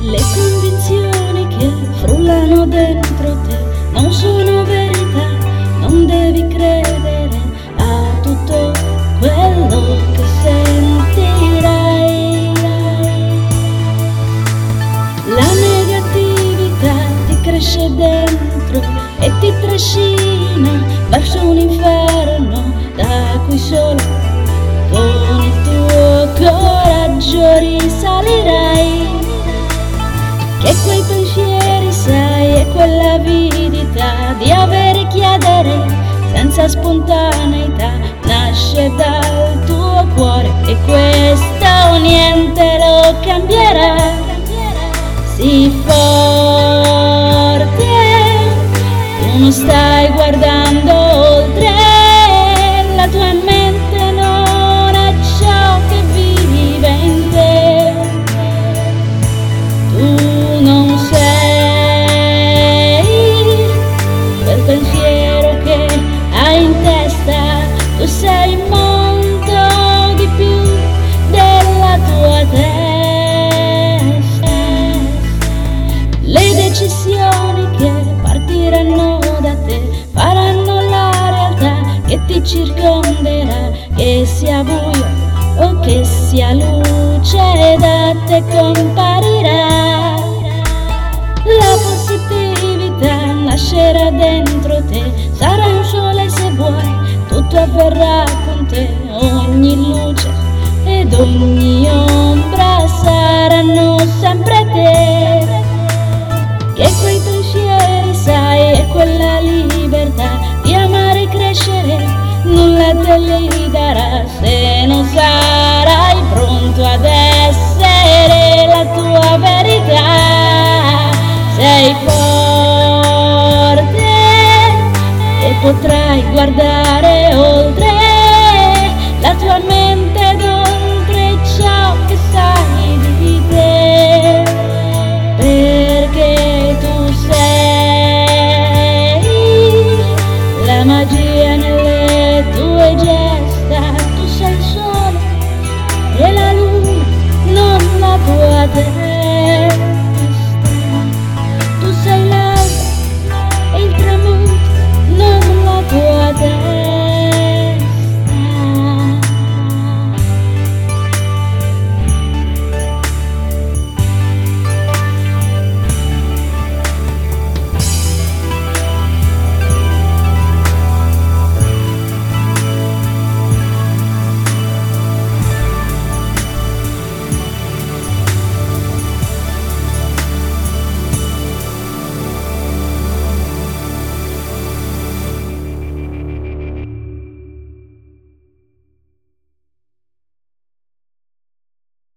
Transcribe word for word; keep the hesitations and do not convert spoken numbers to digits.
Le convinzioni che frullano dentro te non sono verità, non devi credere a tutto quello che sentirai. La negatività ti cresce dentro e ti trascina verso un inferno da cui solo con il tuo coraggio risalirai. Che quei pensieri, sai, e quell'avidità di avere e chiedere senza spontaneità nasce dal tuo cuore, e questo niente lo cambierà. Sii forte, tu non stai guardando oltre, la tua mente non è ciò che vive in te. Tu non sei quel pensiero che hai in testa, tu sei molto di più della tua testa. Le decisioni che partiranno da te faranno la realtà che ti circonderà, che sia buio o che sia luce da te comparirà. La positività nascerà dentro te, sarà un sole se vuoi, tutto avverrà con te, ogni luce ed ogni ombra saranno sempre te.